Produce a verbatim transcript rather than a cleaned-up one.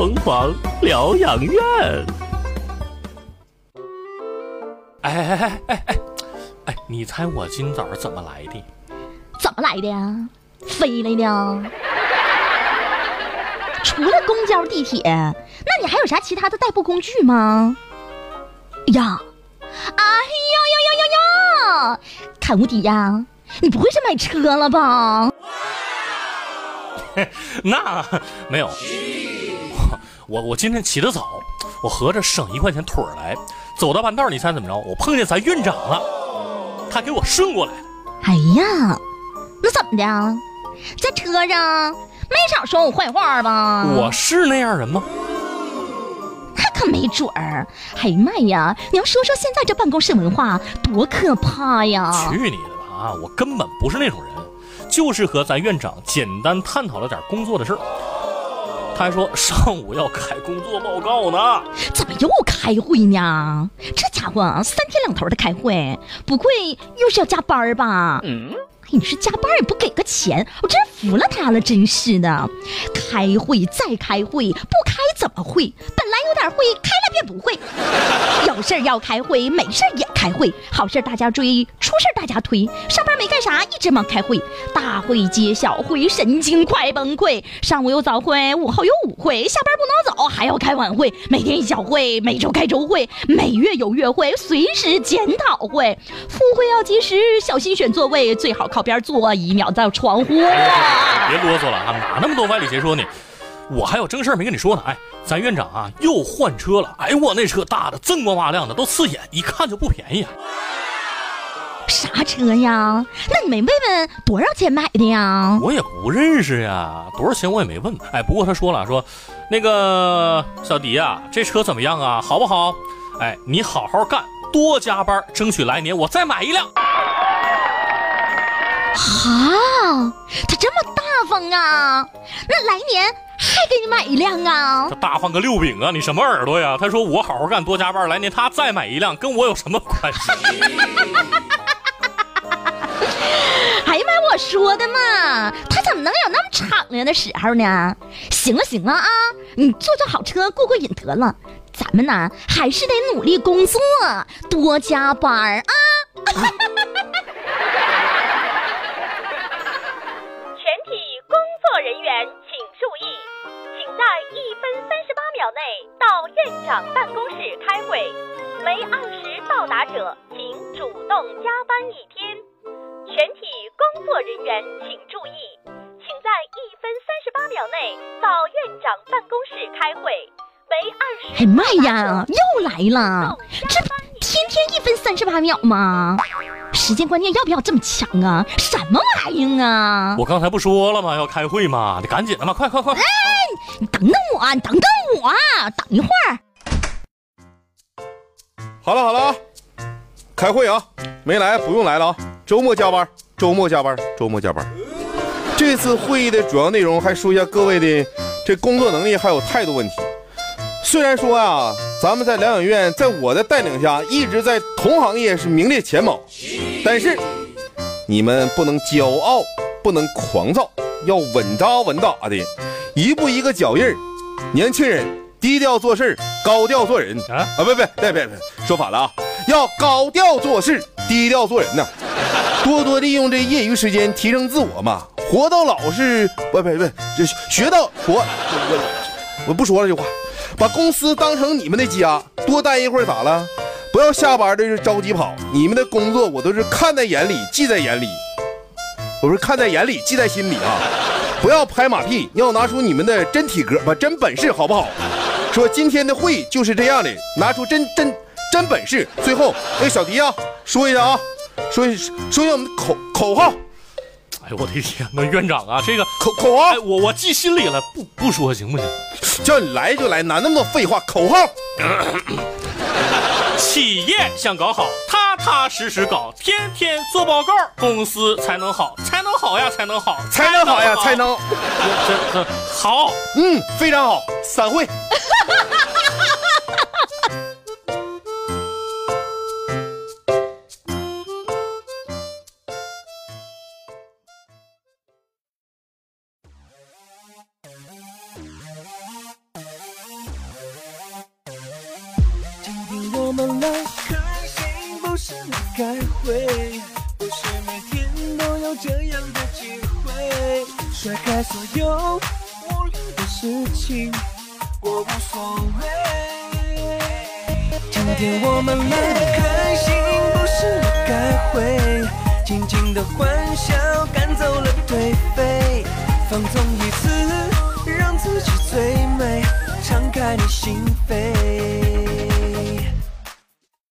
疯狂疗养院。哎哎哎哎哎哎，你猜我今早怎么来的？ 怎么来的呀？飞来的。除了公交、地铁，那你还有啥其他的代步工具吗？呀，哎呀呀呀呀呀！看无敌呀！你不会是买车了吧？ 那没有，我我今天起得早，我合着省一块钱腿来，走到半道，你猜怎么着？我碰见咱院长了，他给我顺过来了。 哎呀，那怎么的？在车上没少说我坏话吧？ 我是那样人吗？ 那可没准儿。哎呀妈呀！你要说说现在这办公室文化多可怕呀！ 去你的吧啊！我根本不是那种人。就是和咱院长简单探讨了点工作的事儿，他还说上午要开工作报告呢。 怎么又开会呢？这家伙三天两头的开会，不会又是要加班吧？嗯，你说加班也不给个钱，我真服了他了，真是的。开会再开会，不开怎么会？本来有点会，开了便不会。有事要开会，没事也开会，好事大家追，出事大家推。上班没干啥，一直忙开会，大会接小会，神经快崩溃。上午有早会，午后有午会，下班不能走，还要开晚会，每天一小会，每周开周会，每月有月会，随时检讨会。赴会要及时，小心选座位，最好靠边坐，以免遭闯祸。 别啰嗦了啊，哪那么多歪理邪说呢？我还有正事儿没跟你说呢。哎，咱院长啊又换车了。哎，我那车大的锃光瓦亮的，都刺眼，一看就不便宜啊。 啥车呀？那你没问问多少钱买的呀？ 我也不认识呀，多少钱我也没问。哎，不过他说了，说那个小迪啊，这车怎么样啊？好不好？哎，你好好干，多加班，争取来年我再买一辆。 啊，他这么大方啊？那来年还给你买一辆啊？ 这大方个六饼啊！你什么耳朵呀？他说我好好干，多加班，来年他再买一辆，跟我有什么关系？ 哎呀妈，我说的嘛，他怎么能有那么敞亮的时候呢？行了行了啊，你坐坐好车过过瘾得了。咱们呢还是得努力工作，多加班啊！ 全体工作人员请注意，请在一分三十八秒内到院长办公室开会，没按时到达者请主动加班一天。全体工作人员请注意，请在一分三十八秒内到院长办公室开会，没按时。 哎妈呀，又来了！这天天一分三十八秒吗？时间观念要不要这么强啊？什么玩意儿啊？ 我刚才不说了吗？要开会吗？你赶紧的嘛，快快快！ 哎，你等等我，你等等我，等一会儿。 好了好了啊，开会啊，没来不用来了啊。周末加班，周末加班，周末加班。这次会议的主要内容还说一下各位的这工作能力还有态度问题。虽然说啊，咱们在疗养院在我的带领下一直在同行业是名列前茅，但是你们不能骄傲，不能狂躁，要稳扎稳打的，一步一个脚印儿。年轻人低调做事，高调做人啊！啊，不不，别别别，说反了啊！要高调做事，低调做人呐、啊。多多利用这业余时间提升自我嘛，活到老是不不不，学到活。我我不说了这话，把公司当成你们的家，多待一会儿咋了？不要下班的着急跑，你们的工作我都是看在眼里，记在眼里。我是看在眼里，记在心里啊！不要拍马屁，要拿出你们的真体格，不真本事，好不好？说今天的会就是这样的，拿出真真真本事。最后，哎，小迪啊，说一下啊，说一说一下我们的口口号。 哎呦我的天，那院长啊，这个口口号， 哎，我我记心里了，不不说行不行？ 叫你来就来，哪那么多废话？口号。 企业想搞好，踏踏实实搞，天天做报告，公司才能好，才能好呀，才能好， 才能好呀，才能这这好， 嗯，非常好，散会。 不是来开会，不是每天都有这样的机会，甩开所有无聊的事情，我无所谓。今天我们来得开心，不是来开会，尽情的欢笑赶走了颓废，放纵。